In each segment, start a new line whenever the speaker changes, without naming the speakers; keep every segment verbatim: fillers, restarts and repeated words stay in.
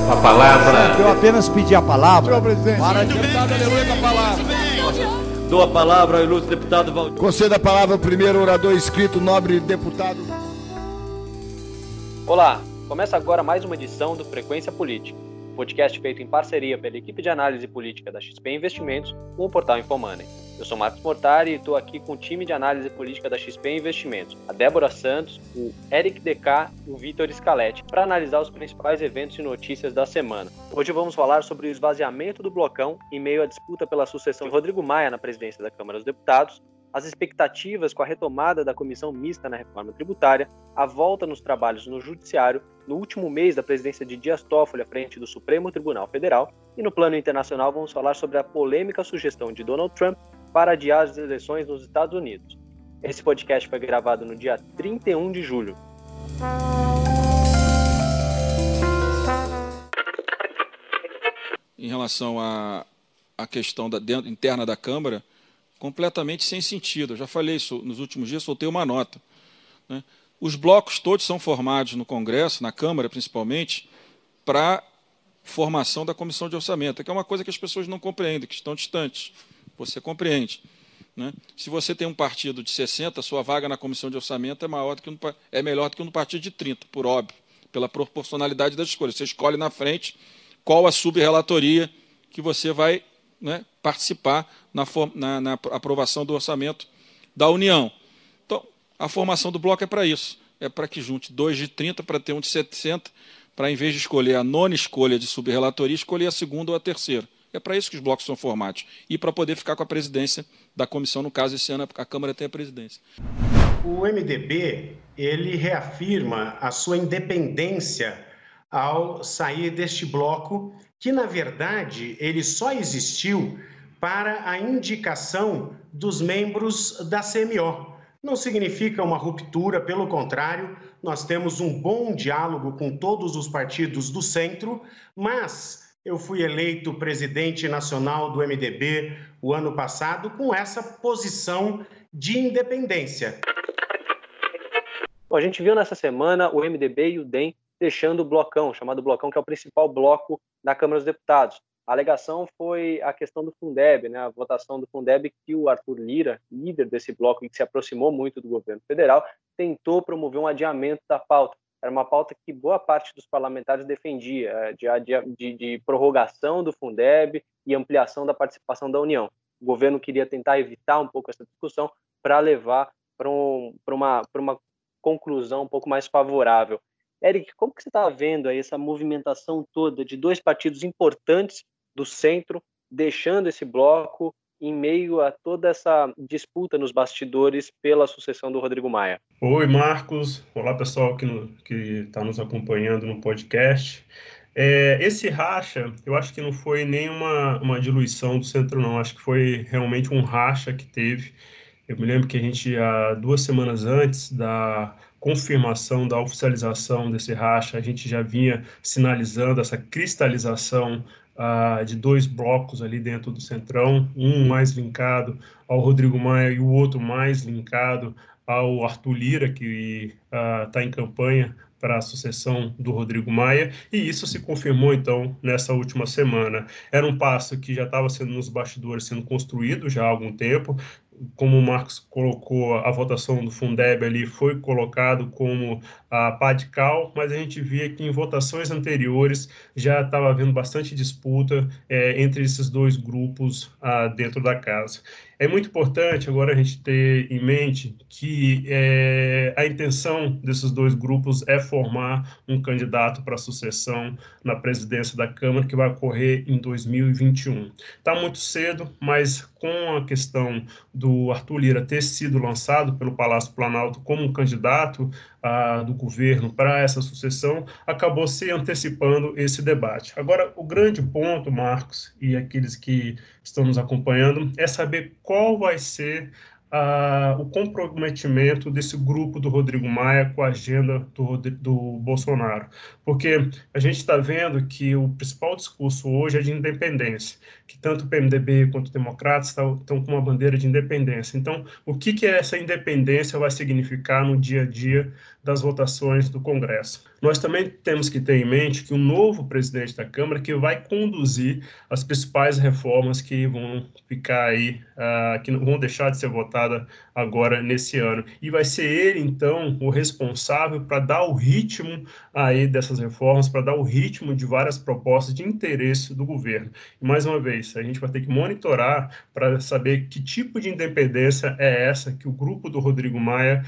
A palavra...
Eu apenas pedi a palavra.
Senhor presidente.
Para de...
Deputado Aleluia com a palavra.
Dou a palavra ao ilustre deputado Valdir.
Conceda a palavra ao primeiro orador inscrito, nobre deputado.
Olá, começa agora mais uma edição do Frequência Política, podcast feito em parceria pela equipe de análise política da X P Investimentos com o portal Infomoney. Eu sou Marcos Mortari e estou aqui com o time de análise política da X P Investimentos, a Débora Santos, o Eric D K e o Vitor Scaletti, para analisar os principais eventos e notícias da semana. Hoje vamos falar sobre o esvaziamento do blocão em meio à disputa pela sucessão de Rodrigo Maia na presidência da Câmara dos Deputados, as expectativas com a retomada da comissão mista na reforma tributária, a volta nos trabalhos no judiciário, no último mês da presidência de Dias Toffoli à frente do Supremo Tribunal Federal, e no plano internacional vamos falar sobre a polêmica sugestão de Donald Trump para adiar as eleições nos Estados Unidos. Esse podcast foi gravado no dia trinta e um de julho.
Em relação à, à questão da, dentro, interna da Câmara, completamente sem sentido. Eu já falei isso nos últimos dias, soltei uma nota. Né? Os blocos todos são formados no Congresso, na Câmara principalmente, para formação da Comissão de Orçamento, que é uma coisa que as pessoas não compreendem, que estão distantes. Você compreende. Né? Se você tem um partido de sessenta, sua vaga na Comissão de Orçamento é, maior do que um, é melhor do que um partido de trinta, por óbvio, pela proporcionalidade das escolhas. Você escolhe na frente qual a subrelatoria que você vai, né, participar na, na, na aprovação do orçamento da União. Então, a formação do bloco é para isso. É para que junte dois de trinta para ter um de sessenta, para, em vez de escolher a nona escolha de subrelatoria, escolher a segunda ou a terceira. É para isso que os blocos são formados. E para poder ficar com a presidência da comissão, no caso, esse ano a Câmara tem a presidência.
O M D B, ele reafirma a sua independência ao sair deste bloco, que, na verdade, ele só existiu para a indicação dos membros da C M O. Não significa uma ruptura, pelo contrário, nós temos um bom diálogo com todos os partidos do centro, mas eu fui eleito presidente nacional do M D B o ano passado com essa posição de independência.
Bom, a gente viu nessa semana o M D B e o D E M deixando o blocão, chamado blocão, que é o principal bloco da Câmara dos Deputados. A alegação foi a questão do Fundeb, né, a votação do Fundeb, que o Arthur Lira, líder desse bloco e que se aproximou muito do governo federal, tentou promover um adiamento da pauta. Era uma pauta que boa parte dos parlamentares defendia, de, de, de prorrogação do Fundeb e ampliação da participação da União. O governo queria tentar evitar um pouco essa discussão para levar para um, para uma, para uma conclusão um pouco mais favorável. Eric, como que você está vendo aí essa movimentação toda de dois partidos importantes do centro deixando esse bloco em meio a toda essa disputa nos bastidores pela sucessão do Rodrigo Maia?
Oi, Marcos. Olá, pessoal que está nos acompanhando no podcast. É, esse racha, eu acho que não foi nenhuma uma diluição do centro, não. Acho que foi realmente um racha que teve. Eu me lembro que a gente, há duas semanas antes da confirmação, da oficialização desse racha, a gente já vinha sinalizando essa cristalização Uh, de dois blocos ali dentro do Centrão, um mais linkado ao Rodrigo Maia e o outro mais linkado ao Arthur Lira, que está uh, em campanha para a sucessão do Rodrigo Maia, e isso se confirmou, então, nessa última semana. Era um passo que já estava sendo nos bastidores, sendo construído já há algum tempo. Como o Marcos colocou, a votação do Fundeb ali foi colocado como a pá de cal, mas a gente via que em votações anteriores já estava havendo bastante disputa é, entre esses dois grupos ah, dentro da casa. É muito importante agora a gente ter em mente que é, a intenção desses dois grupos é formar um candidato para a sucessão na presidência da Câmara, que vai ocorrer em dois mil e vinte e um. Está muito cedo, mas com a questão do Arthur Lira ter sido lançado pelo Palácio Planalto como um candidato ah, do governo para essa sucessão, acabou se antecipando esse debate. Agora, o grande ponto, Marcos, e aqueles que estão nos acompanhando, é saber qual vai ser ah, o comprometimento desse grupo do Rodrigo Maia com a agenda do, do Bolsonaro. Porque a gente está vendo que o principal discurso hoje é de independência, que tanto o P M D B quanto os democratas estão com uma bandeira de independência. Então, o que, que essa independência vai significar no dia a dia das votações do Congresso? Nós também temos que ter em mente que o novo presidente da Câmara que vai conduzir as principais reformas que vão ficar aí, uh, que não vão deixar de ser votadas agora nesse ano. E vai ser ele, então, o responsável para dar o ritmo aí dessas reformas, para dar o ritmo de várias propostas de interesse do governo. E, mais uma vez, a gente vai ter que monitorar para saber que tipo de independência é essa que o grupo do Rodrigo Maia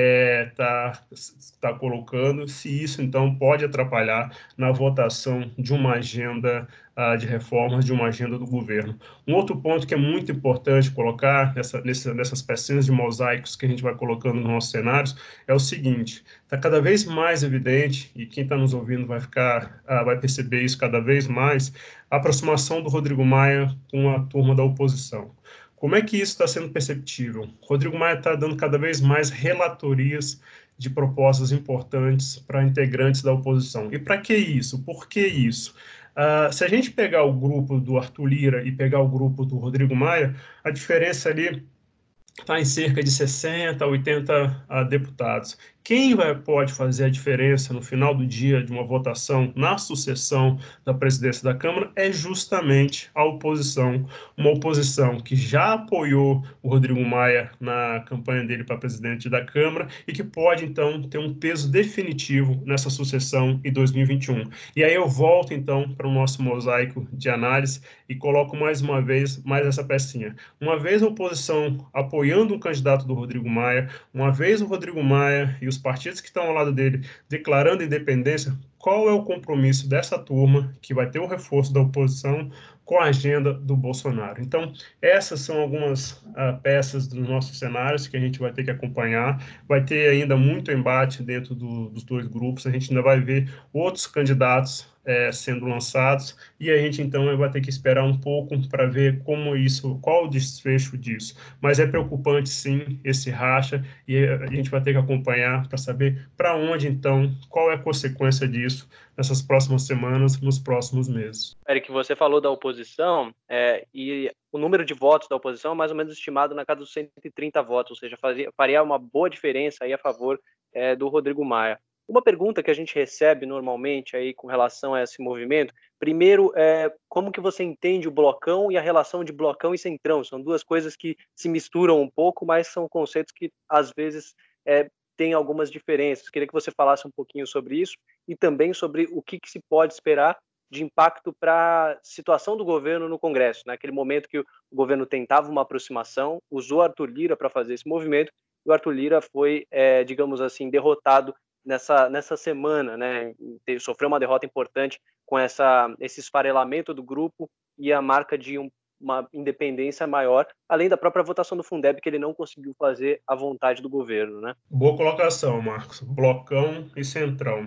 está é, tá colocando, se isso, então, pode atrapalhar na votação de uma agenda uh, de reformas, de uma agenda do governo. Um outro ponto que é muito importante colocar nessa, nessa, nessas pecinhas de mosaicos que a gente vai colocando nos nossos cenários é o seguinte: está cada vez mais evidente, e quem está nos ouvindo vai ficar, uh, vai perceber isso cada vez mais, a aproximação do Rodrigo Maia com a turma da oposição. Como é que isso está sendo perceptível? Rodrigo Maia está dando cada vez mais relatorias de propostas importantes para integrantes da oposição. E para que isso? Por que isso? Uh, se a gente pegar o grupo do Arthur Lira e pegar o grupo do Rodrigo Maia, a diferença ali está em cerca de sessenta, oitenta uh, deputados. Quem vai, pode fazer a diferença no final do dia de uma votação na sucessão da presidência da Câmara é justamente a oposição. Uma oposição que já apoiou o Rodrigo Maia na campanha dele para presidente da Câmara e que pode, então, ter um peso definitivo nessa sucessão em dois mil e vinte e um. E aí eu volto, então, para o nosso mosaico de análise e coloco mais uma vez mais essa pecinha. Uma vez a oposição apoiando um candidato do Rodrigo Maia, uma vez o Rodrigo Maia e os partidos que estão ao lado dele declarando independência, qual é o compromisso dessa turma que vai ter o reforço da oposição com a agenda do Bolsonaro? Então, essas são algumas uh, peças dos nossos cenários que a gente vai ter que acompanhar. Vai ter ainda muito embate dentro do, dos dois grupos, a gente ainda vai ver outros candidatos É, sendo lançados, e a gente então vai ter que esperar um pouco para ver como isso, qual o desfecho disso. Mas é preocupante sim esse racha, e a gente vai ter que acompanhar para saber para onde então, qual é a consequência disso nessas próximas semanas, nos próximos meses.
Eric, você falou da oposição, é, e o número de votos da oposição é mais ou menos estimado na casa dos cento e trinta votos, ou seja, fazia, faria uma boa diferença aí a favor é, do Rodrigo Maia. Uma pergunta que a gente recebe normalmente aí com relação a esse movimento, primeiro, é, como que você entende o blocão e a relação de blocão e centrão? São duas coisas que se misturam um pouco, mas são conceitos que, às vezes, é, têm algumas diferenças. Queria que você falasse um pouquinho sobre isso e também sobre o que, que se pode esperar de impacto para a situação do governo no Congresso. Naquele momento que o governo tentava uma aproximação, usou Arthur Lira para fazer esse movimento, e o Arthur Lira foi, é, digamos assim, derrotado Nessa, nessa semana, né, sofreu uma derrota importante com essa, esse esfarelamento do grupo e a marca de um, uma independência maior, além da própria votação do Fundeb, que ele não conseguiu fazer à vontade do governo, né?
Boa colocação, Marcos. Blocão e centrão.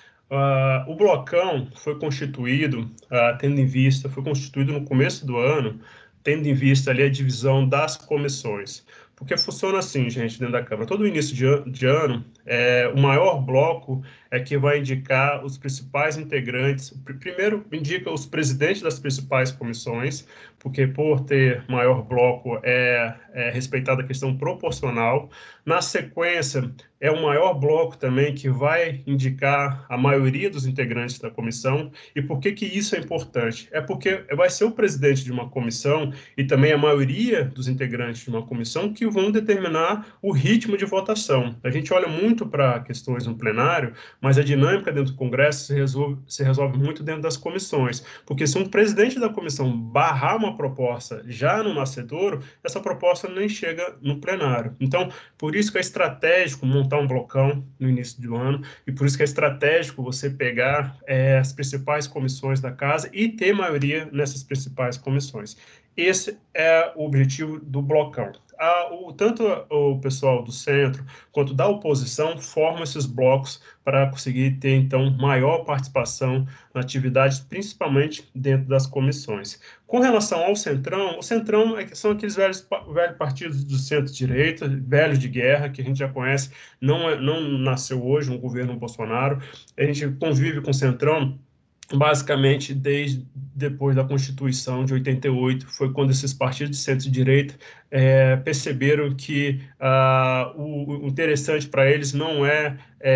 Uh, o blocão foi constituído, uh, tendo em vista, foi constituído no começo do ano, tendo em vista ali a divisão das comissões. Porque funciona assim, gente, dentro da Câmara. Todo início de, an de ano, é, o maior bloco é que vai indicar os principais integrantes. Primeiro, indica os presidentes das principais comissões, porque por ter maior bloco é, é respeitada a questão proporcional. Na sequência, é o maior bloco também que vai indicar a maioria dos integrantes da comissão. E por que que isso é importante? É porque vai ser o presidente de uma comissão e também a maioria dos integrantes de uma comissão que vão determinar o ritmo de votação. A gente olha muito para questões no plenário, mas a dinâmica dentro do Congresso se resolve, se resolve muito dentro das comissões, porque se um presidente da comissão barrar uma proposta já no nascedouro, essa proposta nem chega no plenário. Então, por isso que é estratégico montar um blocão no início do ano, e por isso que é estratégico você pegar é, as principais comissões da casa e ter maioria nessas principais comissões. Esse é o objetivo do blocão. A, o, tanto o pessoal do centro quanto da oposição formam esses blocos para conseguir ter, então, maior participação na atividade, principalmente dentro das comissões. Com relação ao Centrão, o Centrão são aqueles velhos, velhos partidos do centro-direita, velhos de guerra, que a gente já conhece, não, é, não nasceu hoje um governo Bolsonaro, a gente convive com o Centrão basicamente desde depois da Constituição de oitenta e oito, foi quando esses partidos de centro-direita é, perceberam que ah, o, o interessante para eles não é,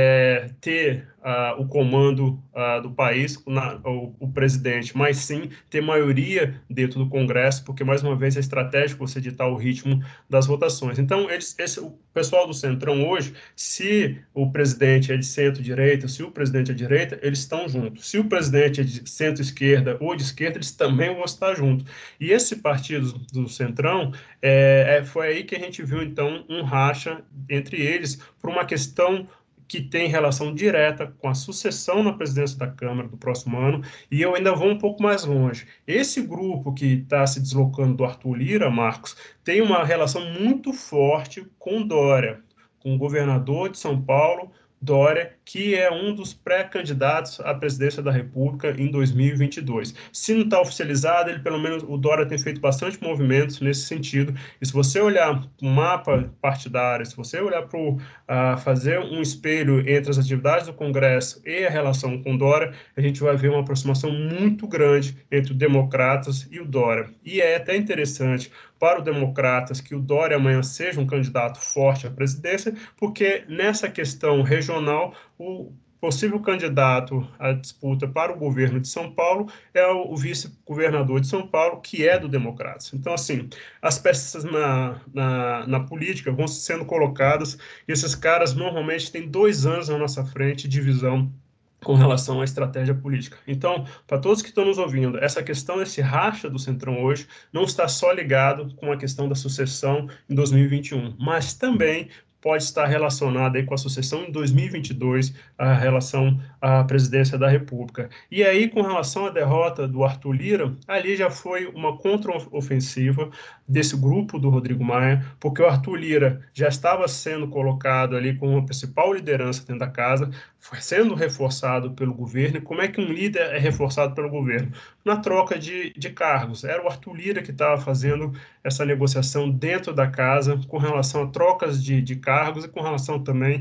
é ter ah, o comando ah, do país, na, o, o presidente, mas sim ter maioria dentro do Congresso, porque, mais uma vez, é estratégico você ditar o ritmo das votações. Então, eles, esse, o pessoal do Centrão hoje, se o presidente é de centro-direita, se o presidente é de direita, eles estão juntos. Se o presidente é de centro-esquerda ou de esquerda, eles também vão estar juntos. E esse partido do Centrão, é, é, foi aí que a gente viu, então, um racha entre eles por uma questão que tem relação direta com a sucessão na presidência da Câmara do próximo ano, e eu ainda vou um pouco mais longe. Esse grupo que está se deslocando do Arthur Lira, Marcos, tem uma relação muito forte com Dória, com o governador de São Paulo, Dória, que é um dos pré-candidatos à presidência da República em dois mil e vinte e dois. Se não está oficializado, ele pelo menos, o Dória tem feito bastante movimentos nesse sentido, e se você olhar o mapa partidário, se você olhar para uh, fazer um espelho entre as atividades do Congresso e a relação com o Dória, a gente vai ver uma aproximação muito grande entre os democratas e o Dória. E é até interessante para os democratas que o Dória amanhã seja um candidato forte à presidência, porque nessa questão regional, o possível candidato à disputa para o governo de São Paulo é o vice-governador de São Paulo, que é do Democratas. Então, assim, as peças na, na, na política vão sendo colocadas, e esses caras normalmente têm dois anos na nossa frente de visão com relação à estratégia política. Então, para todos que estão nos ouvindo, essa questão desse racha do Centrão hoje não está só ligado com a questão da sucessão em dois mil e vinte e um, mas também pode estar relacionada aí com a sucessão em dois mil e vinte e dois, a relação à presidência da República. E aí, com relação à derrota do Arthur Lira, ali já foi uma contraofensiva desse grupo do Rodrigo Maia, porque o Arthur Lira já estava sendo colocado ali como a principal liderança dentro da casa, foi sendo reforçado pelo governo. E como é que um líder é reforçado pelo governo? Na troca de, de cargos. Era o Arthur Lira que estava fazendo essa negociação dentro da casa com relação a trocas de, de cargos e com relação também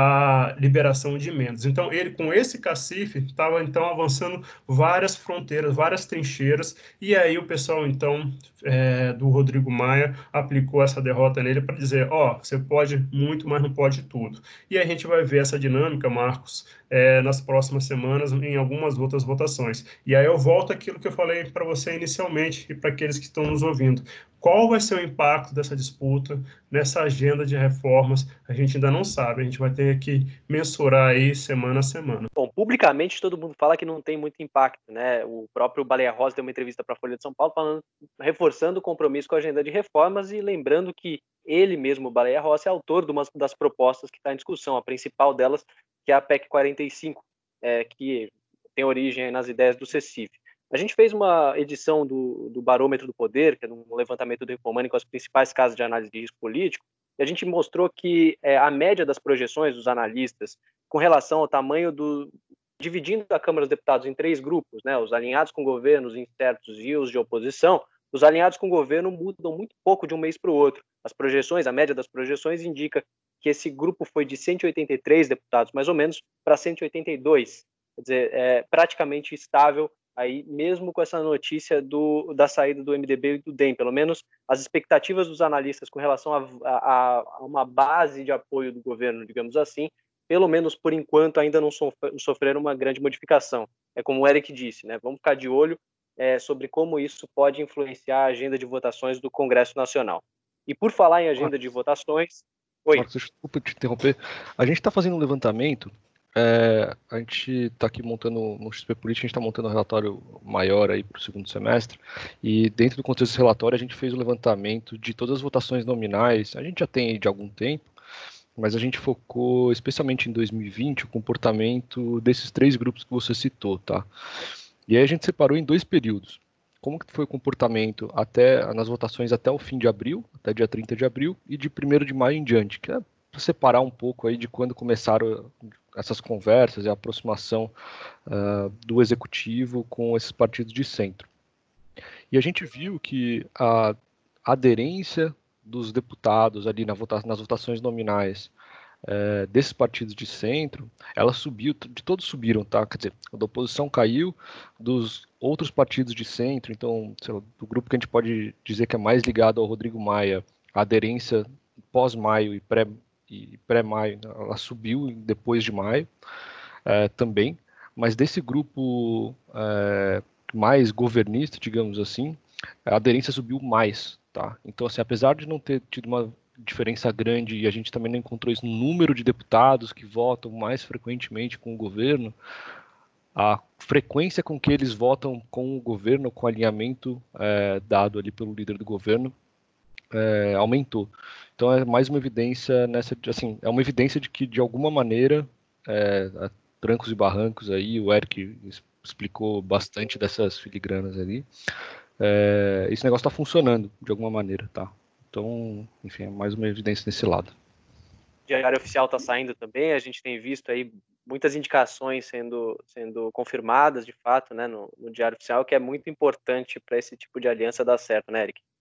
à liberação de emendas. Então, ele, com esse cacife, estava, então, avançando várias fronteiras, várias trincheiras, e aí o pessoal, então, é, do Rodrigo Maia aplicou essa derrota nele para dizer, ó, oh, você pode muito, mas não pode tudo. E a gente vai ver essa dinâmica, Marcos, é, nas próximas semanas, em algumas outras votações. E aí eu volto àquilo que eu falei para você inicialmente e para aqueles que estão nos ouvindo. Qual vai ser o impacto dessa disputa nessa agenda de reformas? A gente ainda não sabe, a gente vai ter que mensurar aí semana a semana.
Bom, publicamente todo mundo fala que não tem muito impacto, né? O próprio Baleia Rossi deu uma entrevista para a Folha de São Paulo falando, reforçando o compromisso com a agenda de reformas e lembrando que ele mesmo, o Baleia Rossi, é autor de uma das propostas que está em discussão, a principal delas, que é a P E C quarenta e cinco, é, que tem origem nas ideias do CECIF. A gente fez uma edição do, do Barômetro do Poder, que é um levantamento do Infomani com as principais casas de análise de risco político, e a gente mostrou que é, a média das projeções dos analistas com relação ao tamanho do... dividindo a Câmara dos Deputados em três grupos, né, os alinhados com governos incertos e os de oposição, os alinhados com o governo mudam muito pouco de um mês para o outro. As projeções, a média das projeções indica que esse grupo foi de cento e oitenta e três deputados, mais ou menos, para cento e oitenta e dois. Quer dizer, é praticamente estável aí, mesmo com essa notícia do, da saída do M D B e do D E M. Pelo menos as expectativas dos analistas com relação a, a, a uma base de apoio do governo, digamos assim, pelo menos por enquanto ainda não sofreram uma grande modificação. É como o Eric disse, né? Vamos ficar de olho é, sobre como isso pode influenciar a agenda de votações do Congresso Nacional. E por falar em agenda Marcos, de votações... Oi.
Marcos, desculpa te interromper. A gente está fazendo um levantamento, é, a gente está aqui montando, no X P Política, a gente está montando um relatório maior aí para o segundo semestre, e dentro do contexto desse relatório a gente fez o levantamento de todas as votações nominais, a gente já tem aí de algum tempo, mas a gente focou especialmente em dois mil e vinte o comportamento desses três grupos que você citou, tá? E aí a gente separou em dois períodos. como que foi o comportamento até nas votações até o fim de abril, até dia trinta de abril, e de primeiro de maio em diante, que é para separar um pouco aí de quando começaram essas conversas e a aproximação uh, do executivo com esses partidos de centro. E a gente viu que a aderência dos deputados ali na vota nas votações nominais é, desses partidos de centro, ela subiu, de todos subiram, tá? Quer dizer, a da oposição caiu, dos outros partidos de centro, então, sei lá, do grupo que a gente pode dizer que é mais ligado ao Rodrigo Maia, a aderência pós-maio e pré e pré-maio, ela subiu depois de maio é, também, mas desse grupo é, mais governista, digamos assim, a aderência subiu mais, tá? Então, assim, apesar de não ter tido uma diferença grande e a gente também não encontrou isso no número de deputados que votam mais frequentemente com o governo, a frequência com que eles votam com o governo, com o alinhamento é, dado ali pelo líder do governo, é, aumentou. Então é mais uma evidência nessa, assim, é uma evidência de que de alguma maneira, é, a trancos e barrancos aí, o Eric explicou bastante dessas filigranas ali, é, esse negócio está funcionando de alguma maneira, tá? Então, enfim, é mais uma evidência desse lado.
O Diário Oficial está saindo também, a gente tem visto aí muitas indicações sendo, sendo confirmadas, de fato, né, no, no Diário Oficial, que é muito importante para esse tipo de aliança dar certo, né, Eric?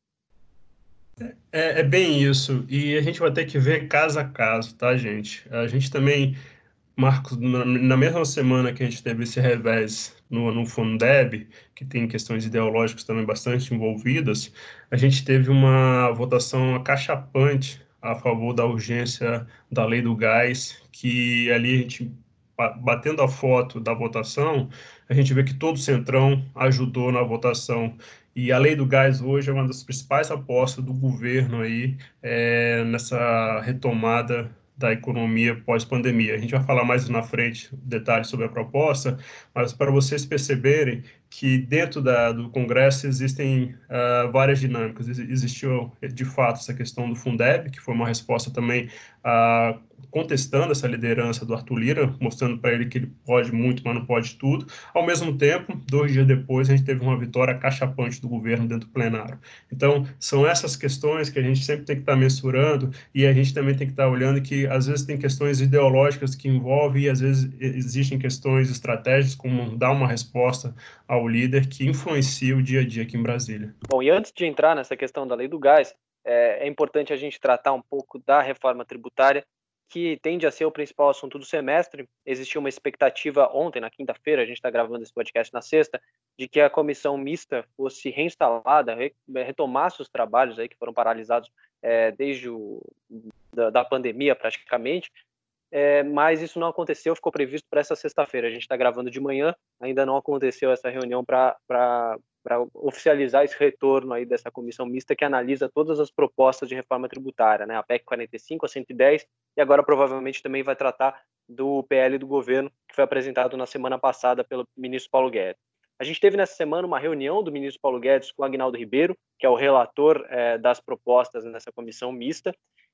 É, é bem isso, e a gente vai ter que ver caso a caso, tá, gente? A gente também, Marcos, na, na mesma semana que a gente teve esse revés no, no Fundeb, que tem questões ideológicas também bastante envolvidas, a gente teve uma votação acachapante a favor da urgência da lei do gás, que ali a gente, batendo a foto da votação, a gente vê que todo o Centrão ajudou na votação. E a lei do gás hoje é uma das principais apostas do governo aí é, nessa retomada da economia pós-pandemia. A gente vai falar mais na frente detalhes sobre a proposta, mas para vocês perceberem que dentro da, do Congresso existem uh, várias dinâmicas. Existiu, de fato, essa questão do Fundeb, que foi uma resposta também uh, contestando essa liderança do Arthur Lira, mostrando para ele que ele pode muito, mas não pode tudo. Ao mesmo tempo, dois dias depois, a gente teve uma vitória cachapante do governo dentro do plenário. Então, são essas questões que a gente sempre tem que estar mensurando e a gente também tem que estar olhando que, às vezes, tem questões ideológicas que envolvem e, às vezes, existem questões estratégicas, como dar uma resposta ao líder que influencia o dia a dia aqui em Brasília.
Bom, e antes de entrar nessa questão da lei do gás, é, é importante a gente tratar um pouco da reforma tributária, que tende a ser o principal assunto do semestre. Existia uma expectativa ontem, na quinta-feira, a gente está gravando esse podcast na sexta, de que a comissão mista fosse reinstalada, retomasse os trabalhos aí que foram paralisados é, desde o, da, da pandemia praticamente, é, mas isso não aconteceu, ficou previsto para essa sexta-feira. A gente está gravando de manhã, ainda não aconteceu essa reunião para para oficializar esse retorno aí dessa comissão mista que analisa todas as propostas de reforma tributária, né? A P E C quarenta e cinco, a cento e dez, e agora provavelmente também vai tratar do P L do governo, que foi apresentado na semana passada pelo ministro Paulo Guedes. A gente teve nessa semana uma reunião do ministro Paulo Guedes com o Aguinaldo Ribeiro, que é o relator é, das propostas nessa comissão mista,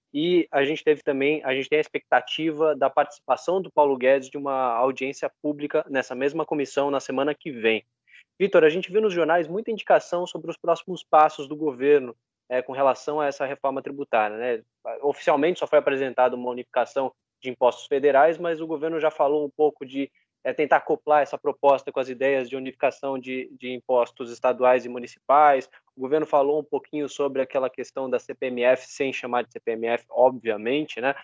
e a gente teve também, a gente tem a expectativa da participação do Paulo Guedes de uma audiência pública nessa mesma comissão na semana que vem. Vitor, a gente viu nos jornais muita indicação sobre os próximos passos do governo é, com relação a essa reforma tributária, né? Oficialmente só foi apresentada uma unificação de impostos federais, mas o governo já falou um pouco de é, tentar acoplar essa proposta com as ideias de unificação de, de impostos estaduais e municipais. O governo falou um pouquinho sobre aquela questão da C P M F, sem chamar de C P M F, obviamente, né?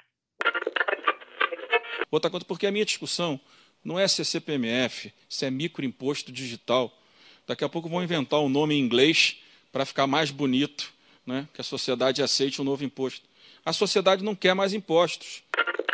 Outra coisa, porque a minha discussão não é se é C P M F, se é microimposto digital. Daqui a pouco vão inventar um nome em inglês para ficar mais bonito, né? Que a sociedade aceite um novo imposto. A sociedade não quer mais impostos.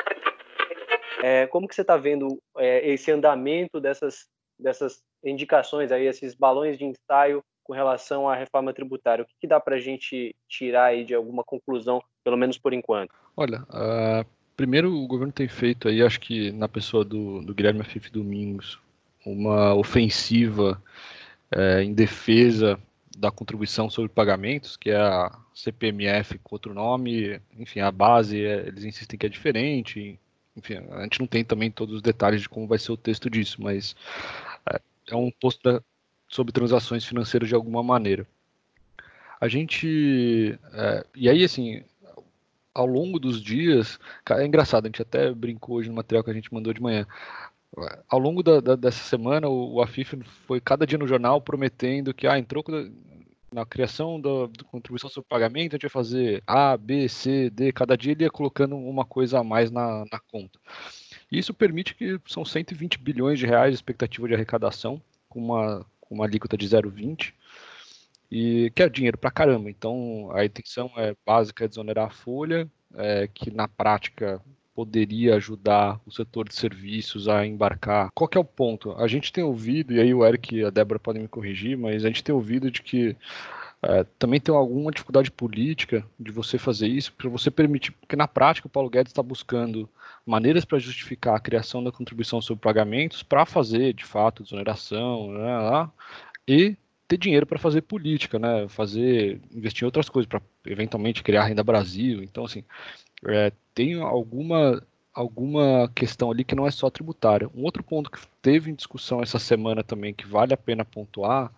É, como que você está vendo é, esse andamento dessas, dessas indicações, aí, esses balões de ensaio com relação à reforma tributária? O que, que dá para a gente tirar aí de alguma conclusão, pelo menos por enquanto?
Olha, uh, primeiro o governo tem feito aí, acho que na pessoa do, do Guilherme Afif Domingos, uma ofensiva É, em defesa da contribuição sobre pagamentos, que é a C P M F com outro nome, enfim, a base, é, eles insistem que é diferente, enfim, a gente não tem também todos os detalhes de como vai ser o texto disso, mas é, é um posto da, sobre transações financeiras de alguma maneira. A gente, é, e aí assim, ao longo dos dias, é engraçado, a gente até brincou hoje no material que a gente mandou de manhã. Ao longo da, da, dessa semana, o, o Afif foi cada dia no jornal prometendo que, ah, em troco da, na criação da, da contribuição sobre pagamento, a gente vai fazer A, B, C, D, cada dia ele ia colocando uma coisa a mais na, na conta. E isso permite que são cento e vinte bilhões de reais de expectativa de arrecadação, com uma, com uma alíquota de zero vírgula vinte, e que é dinheiro pra caramba. Então a intenção é básica, é desonerar a folha, é, que na prática poderia ajudar o setor de serviços a embarcar. Qual que é o ponto? A gente tem ouvido, e aí o Eric e a Débora podem me corrigir, mas a gente tem ouvido de que é, também tem alguma dificuldade política de você fazer isso, para você permitir, porque na prática o Paulo Guedes está buscando maneiras para justificar a criação da contribuição sobre pagamentos para fazer, de fato, desoneração, né, lá, e ter dinheiro para fazer política, né, fazer, investir em outras coisas, para eventualmente criar Renda Brasil. Então, assim, é, tem alguma, alguma questão ali que não é só tributária. Um outro ponto que teve em discussão essa semana também, que vale a pena pontuar,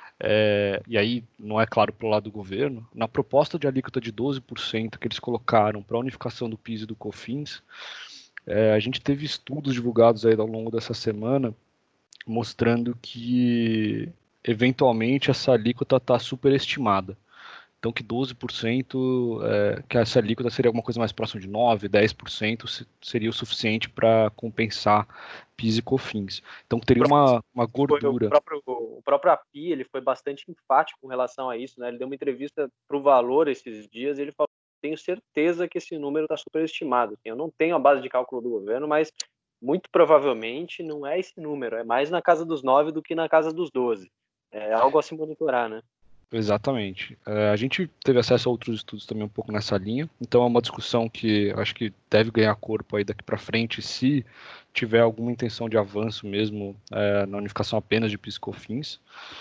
é, e aí não é claro para o lado do governo, na proposta de alíquota de doze por cento que eles colocaram para a unificação do PIS e do COFINS, é, a gente teve estudos divulgados aí ao longo dessa semana mostrando que eventualmente essa alíquota está superestimada. Então que doze por cento, é, que essa alíquota seria alguma coisa mais próxima de nove por cento, dez por cento seria o suficiente para compensar PIS e COFINS. Então teria uma, uma gordura.
O próprio, o próprio A P I ele foi bastante enfático com relação a isso, né? Ele deu uma entrevista para o Valor esses dias e ele falou: tenho certeza que esse número está superestimado. Eu não tenho a base de cálculo do governo, mas muito provavelmente não é esse número, é mais na casa dos nove do que na casa dos doze. É algo a se monitorar, né?
Exatamente. É, a gente teve acesso a outros estudos também um pouco nessa linha, então é uma discussão que acho que deve ganhar corpo aí daqui para frente, se tiver alguma intenção de avanço mesmo é, na unificação apenas de PIS e COFINS.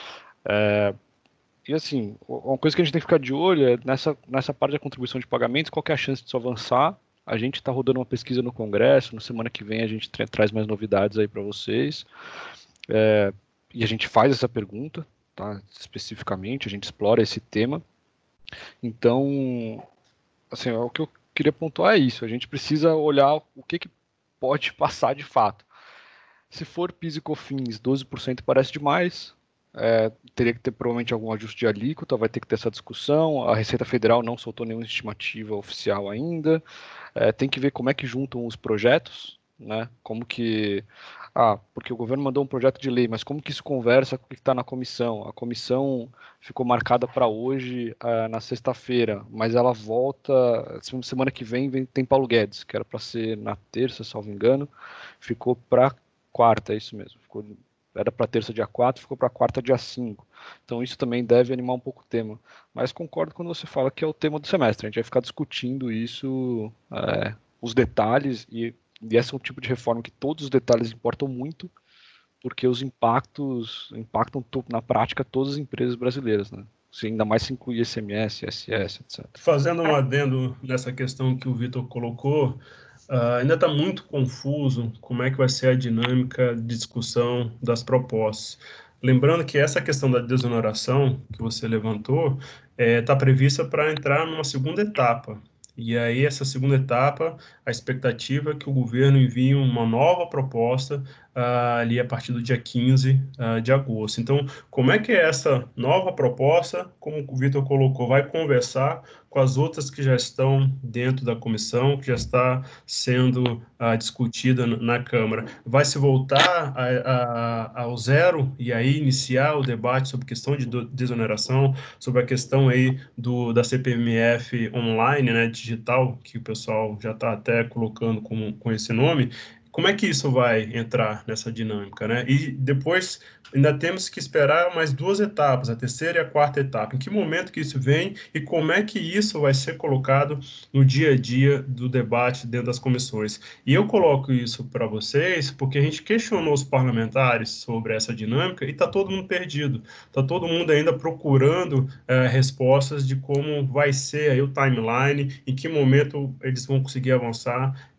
É, e assim, uma coisa que a gente tem que ficar de olho é nessa, nessa parte da contribuição de pagamentos, qual que é a chance disso avançar. A gente está rodando uma pesquisa no Congresso, na semana que vem a gente tra traz mais novidades aí para vocês, é, e a gente faz essa pergunta, tá? Especificamente, a gente explora esse tema. Então, assim, o que eu queria pontuar é isso, a gente precisa olhar o que, que pode passar de fato. Se for PIS e COFINS, doze por cento parece demais, é, teria que ter provavelmente algum ajuste de alíquota, vai ter que ter essa discussão, a Receita Federal não soltou nenhuma estimativa oficial ainda, é, tem que ver como é que juntam os projetos, né, como que... Ah, porque o governo mandou um projeto de lei, mas como que isso conversa com o que está na comissão? A comissão ficou marcada para hoje, uh, na sexta-feira, mas ela volta, semana que vem, vem tem Paulo Guedes, que era para ser na terça, salvo engano, ficou para quarta, é isso mesmo, ficou, era para terça dia quatro, ficou para quarta dia cinco. Então isso também deve animar um pouco o tema. Mas concordo quando você fala que é o tema do semestre, a gente vai ficar discutindo isso, é, os detalhes, e E esse é um tipo de reforma que todos os detalhes importam muito, porque os impactos impactam na prática todas as empresas brasileiras, né? Se ainda mais se incluir I C M S, I S S, etcétera.
Fazendo um adendo nessa questão que o Vitor colocou, uh, ainda está muito confuso como é que vai ser a dinâmica de discussão das propostas. Lembrando que essa questão da desoneração que você levantou está é, prevista para entrar numa segunda etapa. E aí, essa segunda etapa, a expectativa é que o governo envie uma nova proposta uh, ali a partir do dia quinze uh, de agosto. Então, como é que essa nova proposta, como o Vitor colocou, vai conversar com as outras que já estão dentro da comissão, que já está sendo uh, discutida na Câmara? Vai se voltar a, a, ao zero e aí iniciar o debate sobre questão de desoneração, sobre a questão aí do, da C P M F online, né, digital, que o pessoal já está até colocando com, com esse nome? Como é que isso vai entrar nessa dinâmica, né? E depois ainda temos que esperar mais duas etapas, a terceira e a quarta etapa. Em que momento que isso vem e como é que isso vai ser colocado no dia a dia do debate dentro das comissões? E eu coloco isso para vocês porque a gente questionou os parlamentares sobre essa dinâmica e está todo mundo perdido. Está todo mundo ainda procurando é, respostas de como vai ser aí o timeline, em que momento eles vão conseguir avançar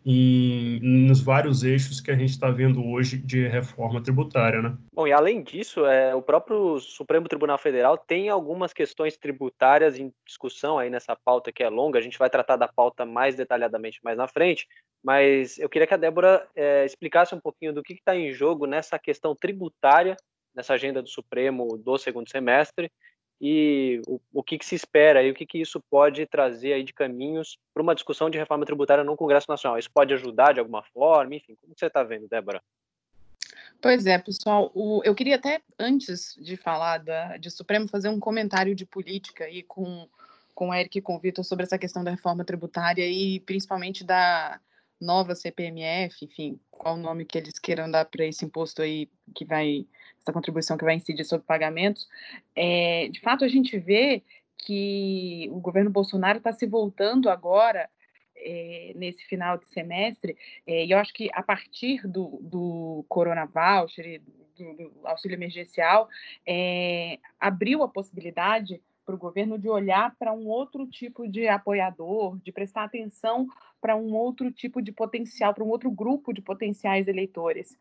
em, nos vários eixos que a gente está vendo hoje de reforma tributária, né?
Bom, e além disso, é, o próprio Supremo Tribunal Federal tem algumas questões tributárias em discussão aí nessa pauta que é longa. A gente vai tratar da pauta mais detalhadamente mais na frente, mas eu queria que a Débora é, explicasse um pouquinho do que está em jogo nessa questão tributária, nessa agenda do Supremo do segundo semestre, e o, o que, que se espera e o que, que isso pode trazer aí de caminhos para uma discussão de reforma tributária no Congresso Nacional. Isso pode ajudar de alguma forma? Enfim, como você está vendo, Débora?
Pois é, pessoal, o, eu queria até, antes de falar da, de Supremo, fazer um comentário de política aí com, com o Eric e com o Vitor sobre essa questão da reforma tributária e principalmente da nova C P M F, enfim, qual o nome que eles queiram dar para esse imposto aí, que vai, essa contribuição que vai incidir sobre pagamentos. É, de fato, a gente vê que o governo Bolsonaro está se voltando agora É, nesse final de semestre, é, e eu acho que a partir do, do Corona Voucher, do, do auxílio emergencial, é, abriu a possibilidade para o governo de olhar para um outro tipo de apoiador, de prestar atenção para um outro tipo de potencial, para um outro grupo de potenciais eleitores.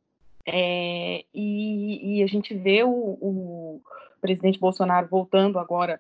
É, e, e a gente vê o, o presidente Bolsonaro voltando agora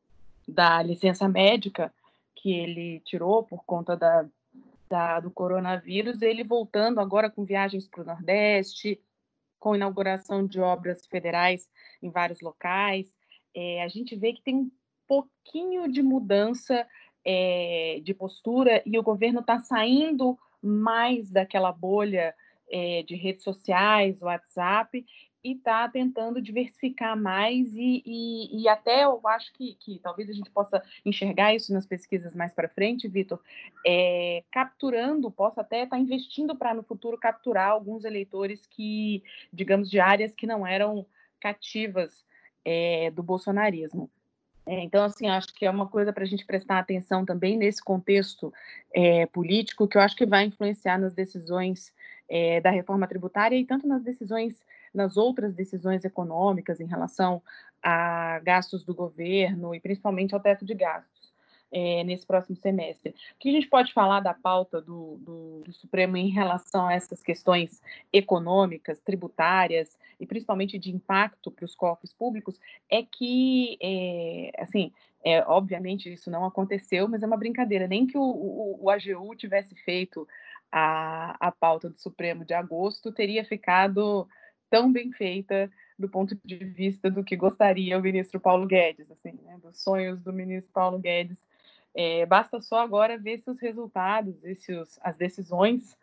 da licença médica que ele tirou por conta da, da, do coronavírus, ele voltando agora com viagens para o Nordeste, com inauguração de obras federais em vários locais. É, a gente vê que tem um pouquinho de mudança é, de postura e o governo está saindo mais daquela bolha é, de redes sociais, WhatsApp, e está tentando diversificar mais e, e, e até eu acho que, que talvez a gente possa enxergar isso nas pesquisas mais para frente, Vitor, é, capturando, possa até estar tá investindo para no futuro capturar alguns eleitores que, digamos, de áreas que não eram cativas é, do bolsonarismo. É, então, assim, acho que é uma coisa para a gente prestar atenção também nesse contexto é, político, que eu acho que vai influenciar nas decisões é, da reforma tributária e tanto nas decisões, nas outras decisões econômicas em relação a gastos do governo e principalmente ao teto de gastos é, nesse próximo semestre. O que a gente pode falar da pauta do, do, do Supremo em relação a essas questões econômicas, tributárias e principalmente de impacto para os cofres públicos é que, é, assim, é, obviamente isso não aconteceu, mas é uma brincadeira. Nem que o, o, o A G U tivesse feito a, a pauta do Supremo de agosto, teria ficado tão bem feita do ponto de vista do que gostaria o ministro Paulo Guedes, assim, né, dos sonhos do ministro Paulo Guedes. É, basta só agora ver se os resultados, se os, as decisões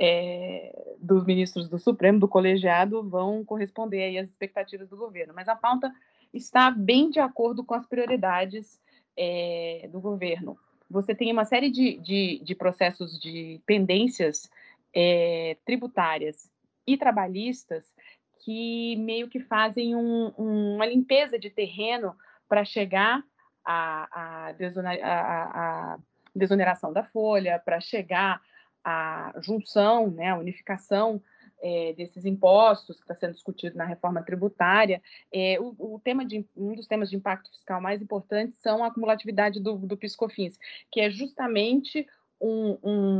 é, dos ministros do Supremo, do colegiado, vão corresponder aí às expectativas do governo. Mas a pauta está bem de acordo com as prioridades é, do governo. Você tem uma série de, de, de processos de pendências é, tributárias e trabalhistas que meio que fazem um, um, uma limpeza de terreno para chegar à, à, desonera, à, à desoneração da folha, para chegar à junção, né, à unificação é, desses impostos que está sendo discutido na reforma tributária. É, o, o tema de, um dos temas de impacto fiscal mais importantes são a acumulatividade do, do PIS/COFINS, que é justamente um,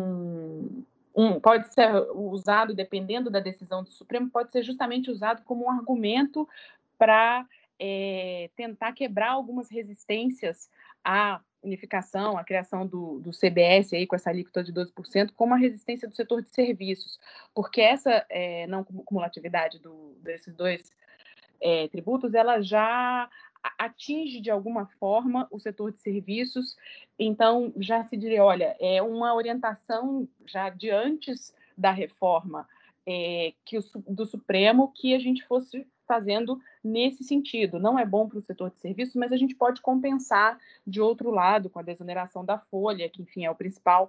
um, um, pode ser usado, dependendo da decisão do Supremo, pode ser justamente usado como um argumento para é, tentar quebrar algumas resistências à unificação, a criação do, do C B S aí com essa alíquota de doze por cento, como a resistência do setor de serviços, porque essa é, não cumulatividade do, desses dois é, tributos, ela já atinge de alguma forma o setor de serviços, então já se diria, olha, é uma orientação já de antes da reforma é, que o, do Supremo que a gente fosse fazendo nesse sentido. Não é bom para o setor de serviços, mas a gente pode compensar de outro lado com a desoneração da folha, que enfim é o principal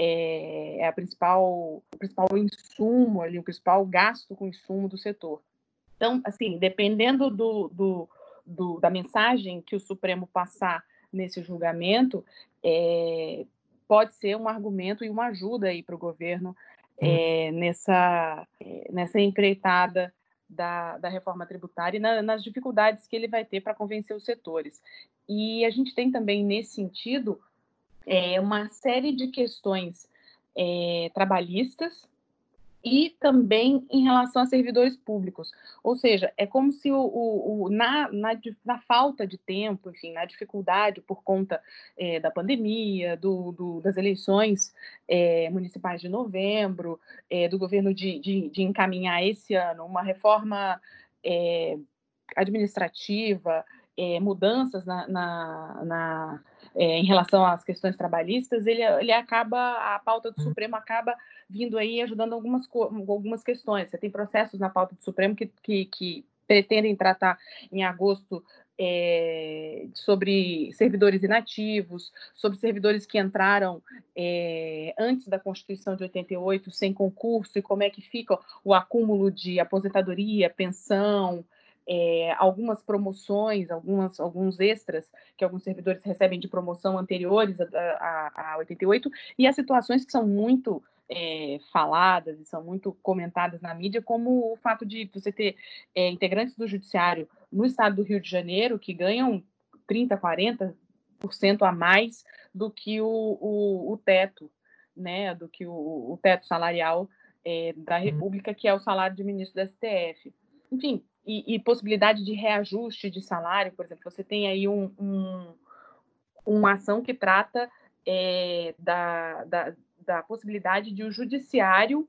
é, é a principal o principal insumo ali, o principal gasto com insumo do setor. Então, assim, dependendo do, do, do da mensagem que o Supremo passar nesse julgamento, é, pode ser um argumento e uma ajuda aí para o governo é, nessa nessa empreitada Da, da reforma tributária e na, nas dificuldades que ele vai ter para convencer os setores. E a gente tem também, nesse sentido, é, uma série de questões é, trabalhistas, e também em relação a servidores públicos. Ou seja, é como se o, o, o, na, na, na falta de tempo, enfim, na dificuldade por conta é, da pandemia, do, do, das eleições é, municipais de novembro, é, do governo de, de, de encaminhar esse ano uma reforma é, administrativa, é, mudanças na, na, na é, em relação às questões trabalhistas, ele, ele acaba, a pauta do Supremo acaba vindo aí ajudando algumas, algumas questões. Você tem processos na pauta do Supremo que, que, que pretendem tratar em agosto é, sobre servidores inativos, sobre servidores que entraram é, antes da Constituição de oitenta e oito sem concurso, e como é que fica o acúmulo de aposentadoria, pensão, É, algumas promoções, algumas, alguns extras que alguns servidores recebem de promoção anteriores a, a, a oitenta e oito, e as situações que são muito é, faladas e são muito comentadas na mídia, como o fato de você ter é, integrantes do judiciário no estado do Rio de Janeiro que ganham trinta, quarenta por cento a mais do que o, o, o teto, né, do que o, o teto salarial é, da República, que é o salário de ministro do S T F. Enfim, E, e possibilidade de reajuste de salário, por exemplo, você tem aí um, um, uma ação que trata é, da, da, da possibilidade de o judiciário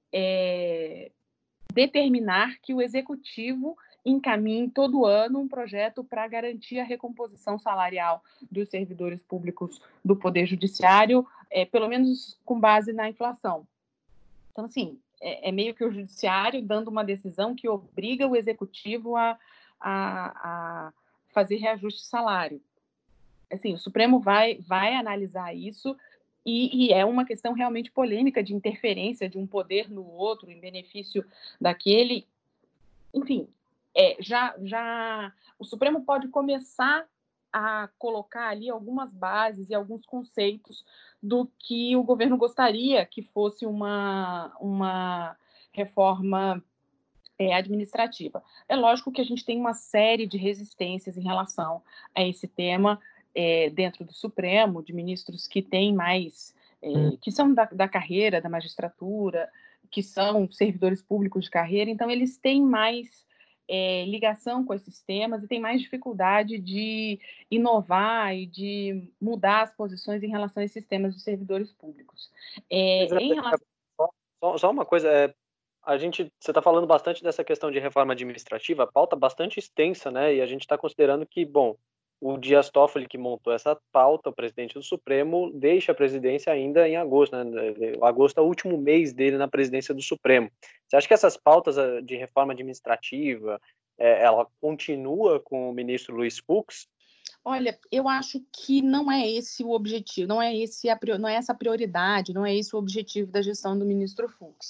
é, determinar que o executivo encaminhe todo ano um projeto para garantir a recomposição salarial dos servidores públicos do Poder Judiciário, é, pelo menos com base na inflação. Então, assim, é, é meio que o judiciário dando uma decisão que obriga o executivo a, a, a fazer reajuste de salário. Assim, o Supremo vai, vai analisar isso e, e é uma questão realmente polêmica de interferência de um poder no outro em benefício daquele. Enfim, é, já, já o Supremo pode começar a colocar ali algumas bases e alguns conceitos do que o governo gostaria que fosse uma, uma reforma é, administrativa. É lógico que a gente tem uma série de resistências em relação a esse tema é, dentro do Supremo, de ministros que têm mais, é, que são da, da carreira, da magistratura, que são servidores públicos de carreira, então eles têm mais é, ligação com esses temas e têm mais dificuldade de inovar e de mudar as posições em relação a esses temas de servidores públicos. É, em relação...
só, só uma coisa, é, a gente, você está falando bastante dessa questão de reforma administrativa, a pauta bastante extensa, né? E a gente está considerando que, bom, o Dias Toffoli, que montou essa pauta, o presidente do Supremo, deixa a presidência ainda em agosto, né? Agosto é o último mês dele na presidência do Supremo. Você acha que essas pautas de reforma administrativa, é, ela continua com o ministro Luiz Fux?
Olha, eu acho que não é esse o objetivo, não é, esse a, não é essa a prioridade, não é esse o objetivo da gestão do ministro Fux.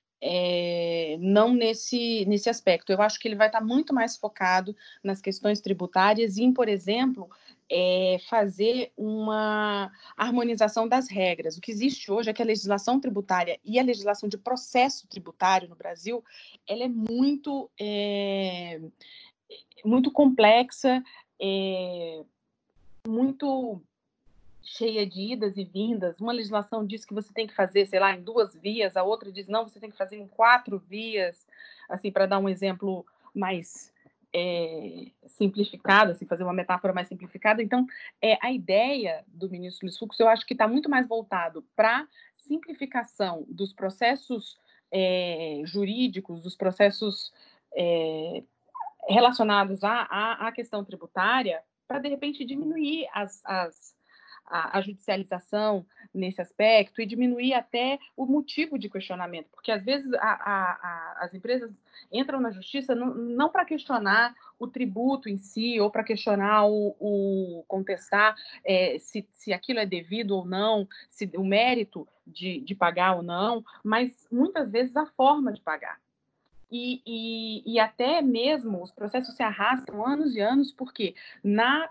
É, não nesse, nesse aspecto. Eu acho que ele vai estar muito mais focado nas questões tributárias e em, por exemplo, é, fazer uma harmonização das regras. O que existe hoje é que a legislação tributária e a legislação de processo tributário no Brasil, ela é muito, é, muito complexa, é, muito cheia de idas e vindas. Uma legislação diz que você tem que fazer, sei lá, em duas vias, a outra diz, não, você tem que fazer em quatro vias, assim, para dar um exemplo mais é, simplificado, assim, fazer uma metáfora mais simplificada. Então, é, a ideia do ministro Luiz Fux, eu acho que está muito mais voltado para simplificação dos processos é, jurídicos, dos processos é, relacionados à, à, à questão tributária, para, de repente, diminuir as, as A, a judicialização nesse aspecto e diminuir até o motivo de questionamento, porque às vezes a, a, a, as empresas entram na justiça não, não para questionar o tributo em si ou para questionar o, o contestar é, se, se aquilo é devido ou não, se o mérito de, de pagar ou não, mas muitas vezes a forma de pagar. E, e, e até mesmo os processos se arrastam anos e anos, porque na,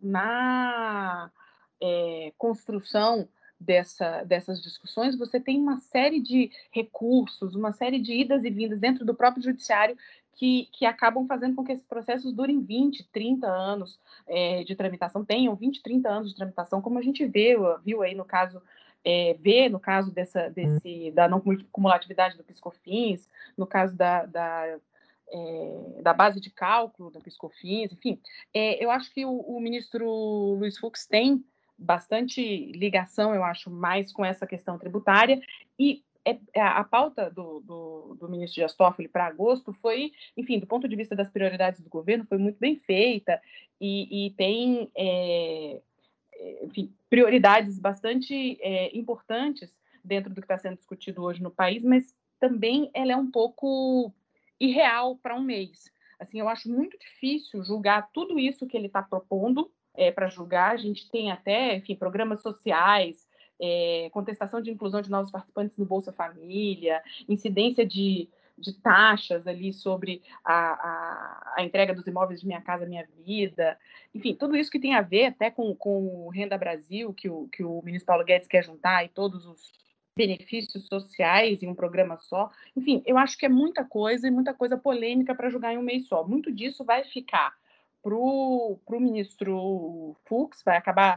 na É, construção dessa, dessas discussões, você tem uma série de recursos, uma série de idas e vindas dentro do próprio judiciário que, que acabam fazendo com que esses processos durem vinte, trinta anos é, de tramitação, tenham vinte, trinta anos de tramitação, como a gente vê, viu aí no caso é, vê, no caso dessa, desse, da não cumulatividade do PiscoFins, no caso da, da, é, da base de cálculo do PiscoFins, enfim, é, eu acho que o, o ministro Luiz Fux tem bastante ligação, eu acho, mais com essa questão tributária, e é, a pauta do, do, do ministro Dias Toffoli para agosto foi, enfim, do ponto de vista das prioridades do governo, foi muito bem feita e, e tem, é, enfim, prioridades bastante é, importantes dentro do que está sendo discutido hoje no país, mas também ela é um pouco irreal para um mês. Assim, eu acho muito difícil julgar tudo isso que ele está propondo é, para julgar. A gente tem até, enfim, programas sociais, é, contestação de inclusão de novos participantes no Bolsa Família, incidência de, de taxas ali sobre a, a, a entrega dos imóveis de Minha Casa Minha Vida, enfim, tudo isso que tem a ver até com, com o Renda Brasil, que o, que o ministro Paulo Guedes quer juntar, e todos os benefícios sociais em um programa só. Enfim, eu acho que é muita coisa e muita coisa polêmica para julgar em um mês só. Muito disso vai ficar para o ministro Fux, vai acabar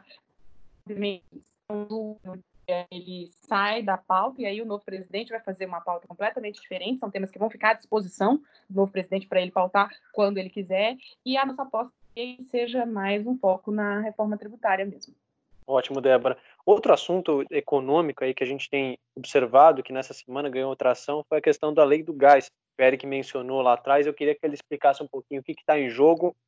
ele sai da pauta e aí o novo presidente vai fazer uma pauta completamente diferente, são temas que vão ficar à disposição do novo presidente para ele pautar quando ele quiser, e a nossa aposta é que seja mais um foco na reforma tributária mesmo.
Ótimo, Débora. Outro assunto econômico aí que a gente tem observado, que nessa semana ganhou tração, foi a questão da lei do gás. O Eric mencionou lá atrás, eu queria que ele explicasse um pouquinho o que está em jogo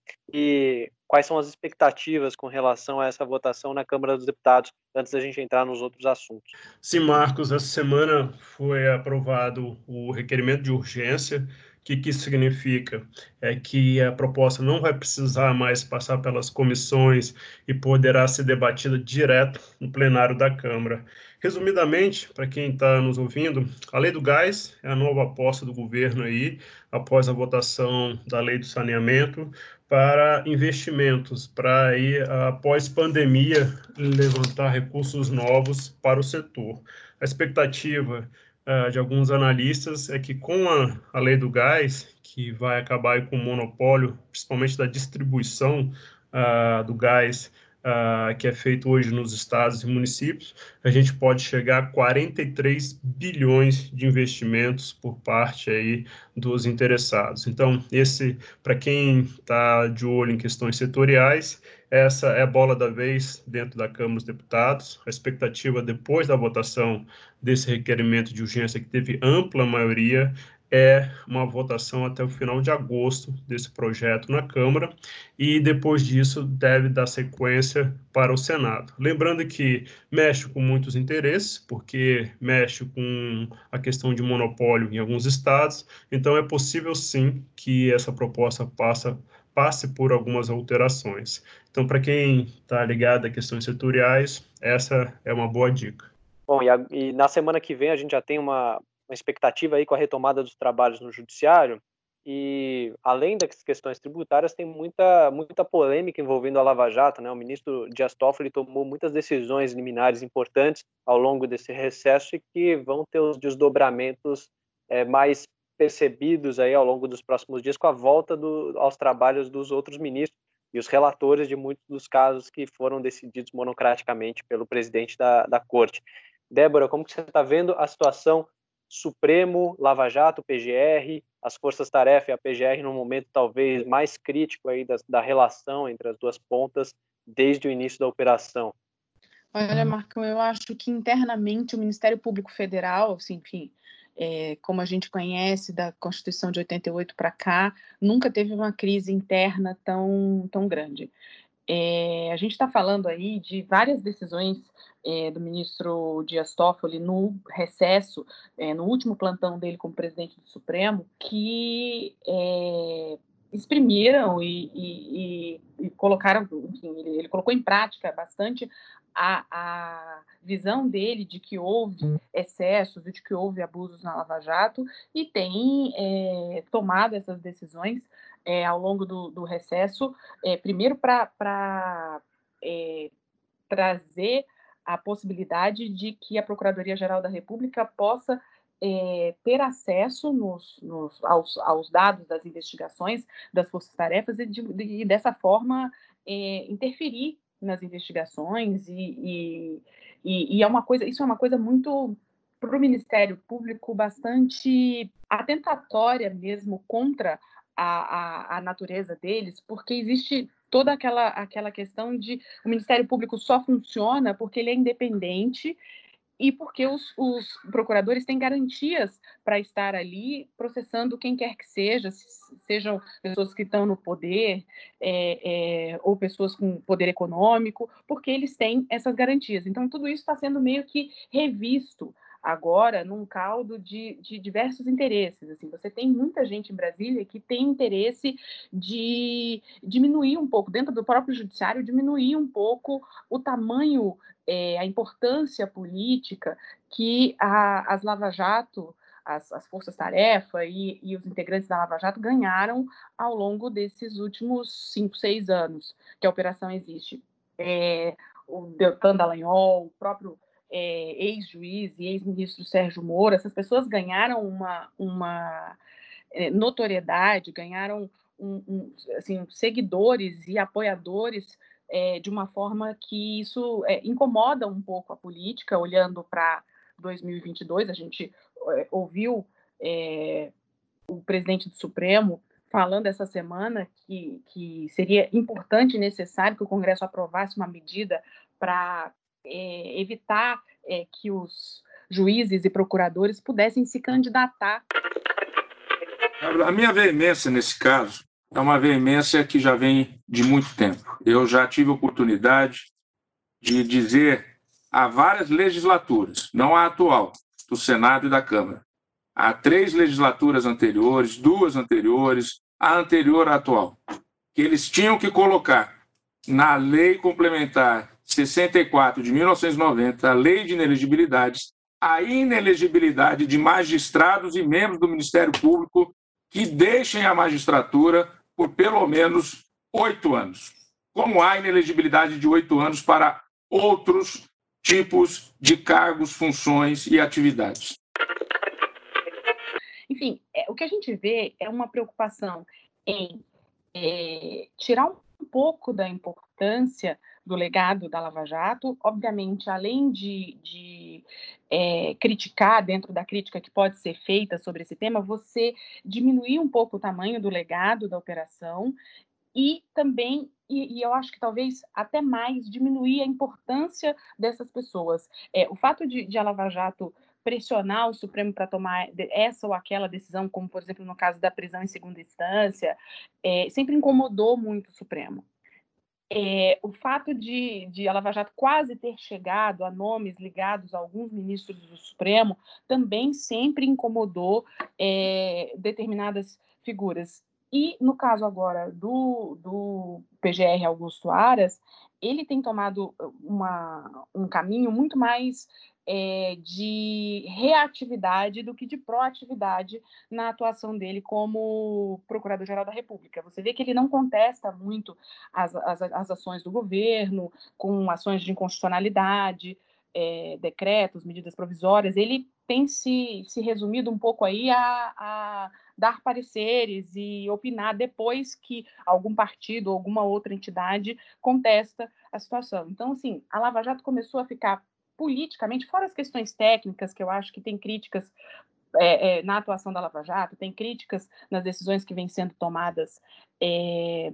e quais são as expectativas com relação a essa votação na Câmara dos Deputados, antes da gente entrar nos outros assuntos.
Sim, Marcos, essa semana foi aprovado o requerimento de urgência. O que, que isso significa? É que a proposta não vai precisar mais passar pelas comissões e poderá ser debatida direto no plenário da Câmara. Resumidamente, para quem está nos ouvindo, a Lei do Gás é a nova aposta do governo aí, após a votação da Lei do Saneamento, para investimentos, para aí, após pandemia, levantar recursos novos para o setor. A expectativa uh, de alguns analistas é que com a, a lei do gás, que vai acabar com o monopólio, principalmente da distribuição uh, do gás, Uh, que é feito hoje nos estados e municípios, a gente pode chegar a quarenta e três bilhões de investimentos por parte aí dos interessados. Então, esse, para quem está de olho em questões setoriais, essa é a bola da vez dentro da Câmara dos Deputados. A expectativa depois da votação desse requerimento de urgência, que teve ampla maioria, é uma votação até o final de agosto desse projeto na Câmara, e depois disso deve dar sequência para o Senado. Lembrando que mexe com muitos interesses, porque mexe com a questão de monopólio em alguns estados, então é possível sim que essa proposta passa, passe por algumas alterações. Então, para quem está ligado a questões setoriais, essa é uma boa dica.
Bom, e, a, e na semana que vem a gente já tem uma, uma expectativa aí com a retomada dos trabalhos no Judiciário, e além das questões tributárias, tem muita, muita polêmica envolvendo a Lava Jato, né? O ministro Dias Toffoli tomou muitas decisões liminares importantes ao longo desse recesso e que vão ter os desdobramentos é, mais percebidos aí ao longo dos próximos dias com a volta do, aos trabalhos dos outros ministros e os relatores de muitos dos casos que foram decididos monocraticamente pelo presidente da, da Corte. Débora, como que você está vendo a situação Supremo, Lava Jato, P G R, as forças-tarefa e a P G R num momento talvez mais crítico aí da, da relação entre as duas pontas desde o início da operação?
Olha, Marcão, eu acho que internamente o Ministério Público Federal, assim, enfim, é, como a gente conhece da Constituição de oitenta e oito para cá, nunca teve uma crise interna tão, tão grande. É, a gente está falando aí de várias decisões é, do ministro Dias Toffoli no recesso, é, no último plantão dele como presidente do Supremo, que é, exprimiram e, e, e, e colocaram, enfim, ele, ele colocou em prática bastante a, a visão dele de que houve excessos e de que houve abusos na Lava Jato, e tem é, tomado essas decisões É, ao longo do, do recesso, é, primeiro para é, trazer a possibilidade de que a Procuradoria-Geral da República possa é, ter acesso nos, nos, aos, aos dados das investigações das forças-tarefas e, de, de, dessa forma, é, interferir nas investigações e, e, E, e é uma coisa, isso é uma coisa muito, para o Ministério Público, bastante atentatória mesmo contra a, a, a natureza deles, porque existe toda aquela, aquela questão de o Ministério Público só funciona porque ele é independente e porque os, os procuradores têm garantias para estar ali processando quem quer que seja, sejam pessoas que estão no poder é, é, ou pessoas com poder econômico, porque eles têm essas garantias. Então, tudo isso está sendo meio que revisto agora num caldo de, de diversos interesses. Assim, você tem muita gente em Brasília que tem interesse de diminuir um pouco, dentro do próprio judiciário, diminuir um pouco o tamanho, é, a importância política que a, as Lava Jato, as, as forças-tarefa e, e os integrantes da Lava Jato ganharam ao longo desses últimos cinco, seis anos que a operação existe. É, o Deltan Dallagnol, o próprio É, ex-juiz e ex-ministro Sérgio Moro, essas pessoas ganharam uma, uma é, notoriedade, ganharam um, um, assim, seguidores e apoiadores é, de uma forma que isso é, incomoda um pouco a política, olhando para dois mil e vinte e dois, a gente é, ouviu é, o presidente do Supremo falando essa semana que, que seria importante e necessário que o Congresso aprovasse uma medida para é, evitar é, que os juízes e procuradores pudessem se candidatar.
A minha veemência nesse caso é uma veemência que já vem de muito tempo. Eu já tive oportunidade de dizer há várias legislaturas, não a atual, do Senado e da Câmara, há três legislaturas anteriores, duas anteriores, a anterior à atual, que eles tinham que colocar na Lei Complementar sessenta e quatro de mil novecentos e noventa, a Lei de Inelegibilidades, a inelegibilidade de magistrados e membros do Ministério Público que deixem a magistratura por pelo menos oito anos. Como há inelegibilidade de oito anos para outros tipos de cargos, funções e atividades.
Enfim, é, o que a gente vê é uma preocupação em é, tirar um pouco da importância do legado da Lava Jato, obviamente, além de, de é, criticar, dentro da crítica que pode ser feita sobre esse tema, você diminuir um pouco o tamanho do legado da operação e também, e, e eu acho que talvez até mais, diminuir a importância dessas pessoas. É, o fato de, de a Lava Jato pressionar o Supremo para tomar essa ou aquela decisão, como, por exemplo, no caso da prisão em segunda instância, é, sempre incomodou muito o Supremo. É, o fato de, de a Lava Jato quase ter chegado a nomes ligados a alguns ministros do Supremo também sempre incomodou é, determinadas figuras. E, no caso agora do, do P G R Augusto Aras, ele tem tomado uma, um caminho muito mais é, de reatividade do que de proatividade na atuação dele como Procurador-Geral da República. Você vê que ele não contesta muito as, as, as ações do governo, com ações de inconstitucionalidade, é, decretos, medidas provisórias. Ele tem se, se resumido um pouco aí a, a dar pareceres e opinar depois que algum partido ou alguma outra entidade contesta a situação. Então, assim, a Lava Jato começou a ficar politicamente, fora as questões técnicas, que eu acho que tem críticas é, é, na atuação da Lava Jato, tem críticas nas decisões que vêm sendo tomadas é,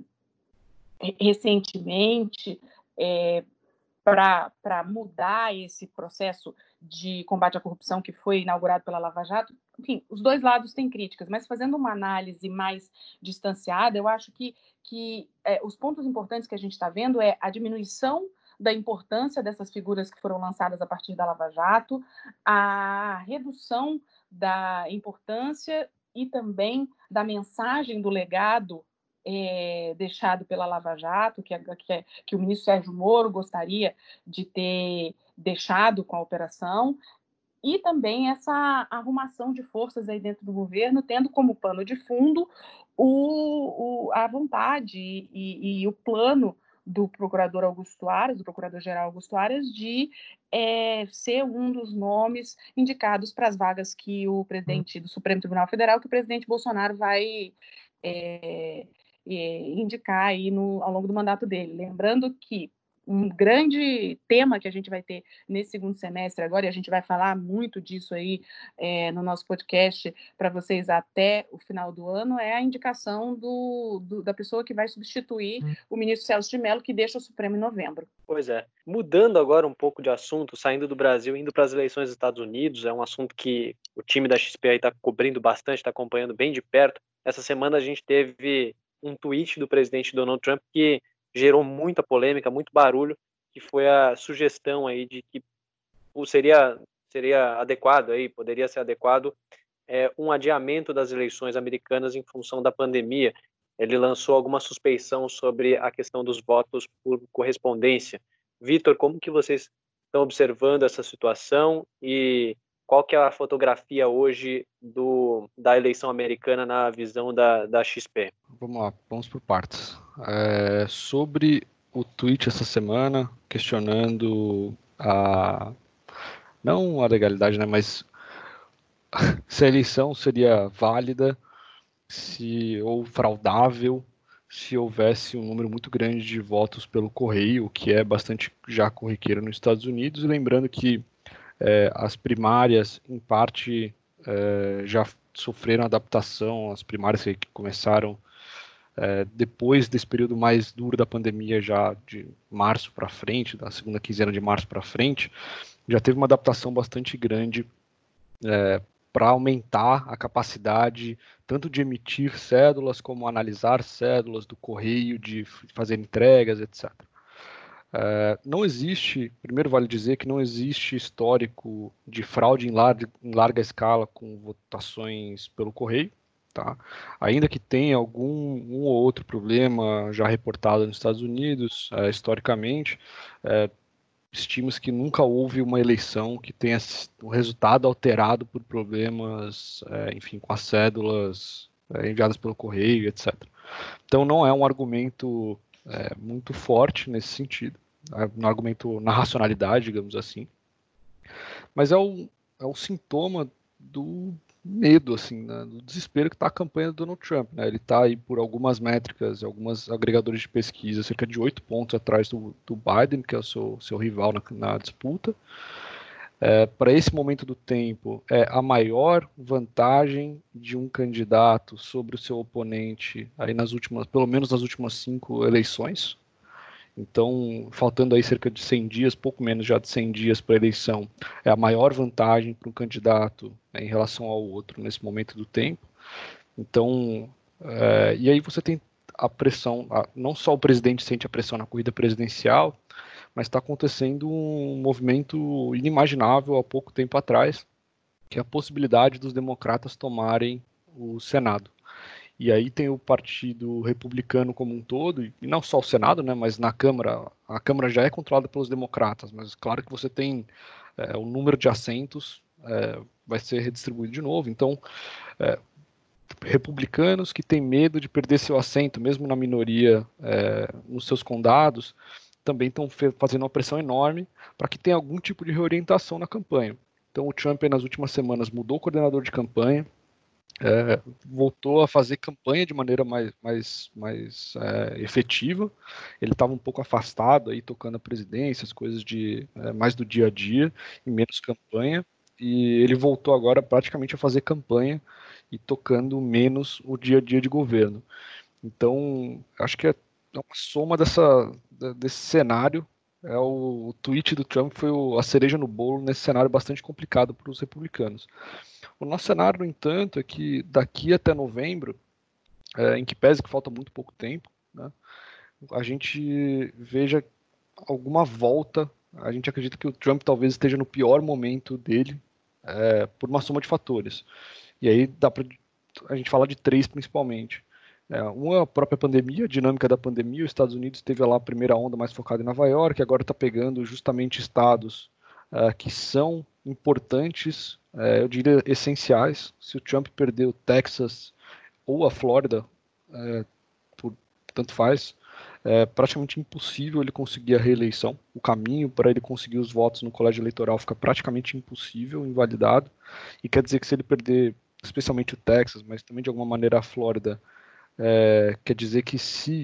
recentemente é, para mudar esse processo de combate à corrupção que foi inaugurado pela Lava Jato. Enfim, os dois lados têm críticas, mas fazendo uma análise mais distanciada, eu acho que, que é, os pontos importantes que a gente está vendo é a diminuição da importância dessas figuras que foram lançadas a partir da Lava Jato, a redução da importância e também da mensagem do legado é, deixado pela Lava Jato, que, que, que o ministro Sérgio Moro gostaria de ter deixado com a operação, e também essa arrumação de forças aí dentro do governo, tendo como pano de fundo o, o, a vontade e, e, e o plano do procurador Augusto Aras, do procurador-geral Augusto Aras, de é, ser um dos nomes indicados para as vagas que o presidente do Supremo Tribunal Federal, que o presidente Bolsonaro vai é, é, indicar aí no, ao longo do mandato dele. Lembrando que um grande tema que a gente vai ter nesse segundo semestre agora, e a gente vai falar muito disso aí é, no nosso podcast para vocês até o final do ano, é a indicação do, do, da pessoa que vai substituir hum. o ministro Celso de Mello, que deixa o Supremo em novembro.
Pois é. Mudando agora um pouco de assunto, saindo do Brasil, indo para as eleições dos Estados Unidos, é um assunto que o time da X P aí está cobrindo bastante, está acompanhando bem de perto. Essa semana a gente teve um tweet do presidente Donald Trump que gerou muita polêmica, muito barulho, que foi a sugestão aí de que seria, seria adequado, aí, poderia ser adequado é, um adiamento das eleições americanas em função da pandemia. Ele lançou alguma suspeição sobre a questão dos votos por correspondência. Vitor, como que vocês estão observando essa situação e qual que é a fotografia hoje do, da eleição americana na visão da, da X P?
Vamos lá, vamos por partes. É, sobre o tweet essa semana, questionando a... não a legalidade, né, mas se a eleição seria válida, se ou fraudável, se houvesse um número muito grande de votos pelo correio, que é bastante já corriqueiro nos Estados Unidos, e lembrando que é, as primárias, em parte, é, já sofreram adaptação, as primárias que começaram é, depois desse período mais duro da pandemia, já de março para frente, da segunda quinzena de março para frente, já teve uma adaptação bastante grande é, para aumentar a capacidade tanto de emitir cédulas como analisar cédulas do correio, de fazer entregas, etcétera. Uh, não existe, primeiro vale dizer que não existe histórico de fraude em larga, em larga escala com votações pelo correio, tá? Ainda que tenha algum um ou outro problema já reportado nos Estados Unidos, uh, historicamente, uh, estima-se que nunca houve uma eleição que tenha um resultado alterado por problemas, uh, enfim, com as cédulas uh, enviadas pelo correio, etcétera. Então não é um argumento uh, muito forte nesse sentido. No argumento, na racionalidade, digamos assim, mas é um, é um sintoma do medo, assim, né, do desespero que está a campanha do Donald Trump, né? Ele está aí por algumas métricas, alguns agregadores de pesquisa, cerca de oito pontos atrás do, do Biden, que é o seu, seu rival na, na disputa. É, para esse momento do tempo, é a maior vantagem de um candidato sobre o seu oponente, aí nas últimas, pelo menos nas últimas cinco eleições. Então, faltando aí cerca de cem dias, pouco menos já de cem dias para a eleição, é a maior vantagem para um candidato, né, em relação ao outro nesse momento do tempo. Então, é, e aí você tem a pressão, a, não só o presidente sente a pressão na corrida presidencial, mas está acontecendo um movimento inimaginável há pouco tempo atrás, que é a possibilidade dos democratas tomarem o Senado. E aí tem o Partido Republicano como um todo, e não só o Senado, né, mas na Câmara, a Câmara já é controlada pelos democratas, mas claro que você tem é, o número de assentos é, vai ser redistribuído de novo, então é, republicanos que têm medo de perder seu assento, mesmo na minoria é, nos seus condados, também estão fazendo uma pressão enorme para que tenha algum tipo de reorientação na campanha. Então o Trump nas últimas semanas mudou o coordenador de campanha, É, voltou a fazer campanha de maneira mais, mais, mais é, efetiva. Ele estava um pouco afastado, aí, tocando a presidência, as coisas de, é, mais do dia a dia, e menos campanha, e ele voltou agora praticamente a fazer campanha e tocando menos o dia a dia de governo. Então, acho que é uma soma dessa, desse cenário. É o, o tweet do Trump foi o, a cereja no bolo nesse cenário bastante complicado para os republicanos. O nosso cenário, no entanto, é que daqui até novembro, é, em que pese que falta muito pouco tempo, né, a gente veja alguma volta. A gente acredita que o Trump talvez esteja no pior momento dele, é, por uma soma de fatores. E aí dá para a gente falar de três principalmente. É, uma, a própria pandemia, a dinâmica da pandemia. Os Estados Unidos teve lá a primeira onda mais focada em Nova York, agora está pegando justamente estados uh, que são importantes, uh, eu diria essenciais. Se o Trump perder o Texas ou a Flórida, uh, por, tanto faz, é praticamente impossível ele conseguir a reeleição. O caminho para ele conseguir os votos no colégio eleitoral fica praticamente impossível, invalidado, e quer dizer que se ele perder especialmente o Texas, mas também de alguma maneira a Flórida, É, quer dizer que se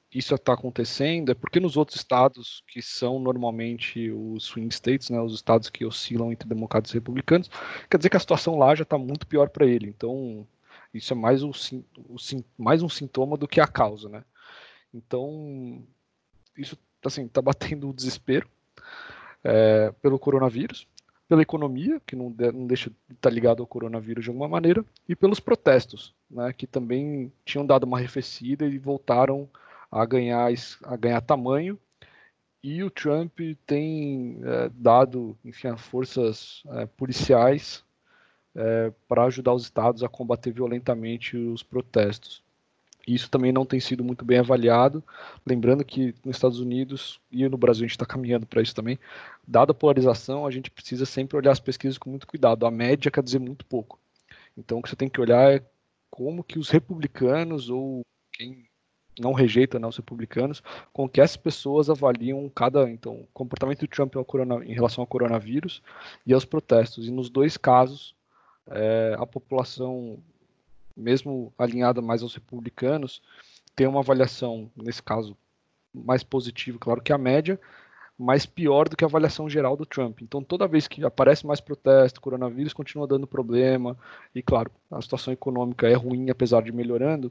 isso está acontecendo é porque nos outros estados, que são normalmente os swing states, né, os estados que oscilam entre democratas e republicanos, quer dizer que a situação lá já está muito pior para ele. Então, isso é mais um, o, mais um sintoma do que a causa, né? Então, isso assim, está batendo o desespero é, pelo coronavírus, pela economia, que não, de, não deixa de estar ligado ao coronavírus de alguma maneira, e pelos protestos, né, que também tinham dado uma arrefecida e voltaram a ganhar, a ganhar tamanho, e o Trump tem é, dado, enfim, forças é, policiais é, para ajudar os estados a combater violentamente os protestos. Isso também não tem sido muito bem avaliado, lembrando que nos Estados Unidos e no Brasil a gente está caminhando para isso também, dada a polarização, a gente precisa sempre olhar as pesquisas com muito cuidado, a média quer dizer muito pouco. Então o que você tem que olhar é como que os republicanos ou quem não rejeita, né, os republicanos, com que essas pessoas avaliam cada, então, o comportamento do Trump em relação ao coronavírus e aos protestos. E nos dois casos, é, a população, mesmo alinhada mais aos republicanos, tem uma avaliação, nesse caso, mais positiva, claro, que a média, mas pior do que a avaliação geral do Trump. Então, toda vez que aparece mais protesto, o coronavírus continua dando problema, e claro, a situação econômica é ruim, apesar de melhorando,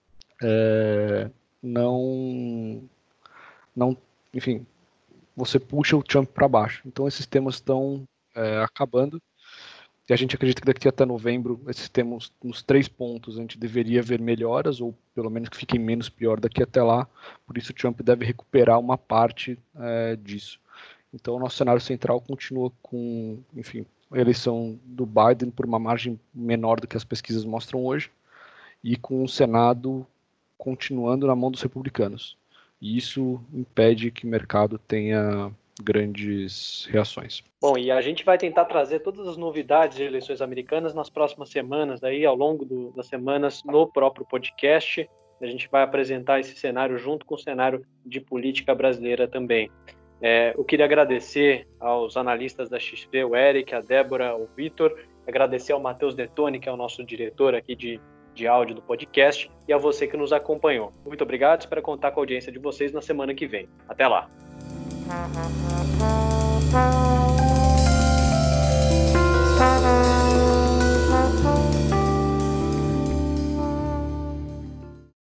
É, não, não, enfim, você puxa o Trump para baixo. Então esses temas estão é, acabando, e a gente acredita que daqui até novembro esses temas, nos três pontos, a gente deveria ver melhoras, ou pelo menos que fiquem menos pior daqui até lá. Por isso o Trump deve recuperar uma parte é, disso. Então o nosso cenário central continua com, enfim, a eleição do Biden por uma margem menor do que as pesquisas mostram hoje, e com o Senado continuando na mão dos republicanos. E isso impede que o mercado tenha grandes reações.
Bom, e a gente vai tentar trazer todas as novidades de eleições americanas nas próximas semanas, aí ao longo do, das semanas, no próprio podcast. A gente vai apresentar esse cenário junto com o cenário de política brasileira também. É, eu queria agradecer aos analistas da X P, o Eric, a Débora, o Vitor, agradecer ao Matheus Detoni, que é o nosso diretor aqui de de áudio do podcast, e a você que nos acompanhou. Muito obrigado, espero contar com a audiência de vocês na semana que vem. Até lá!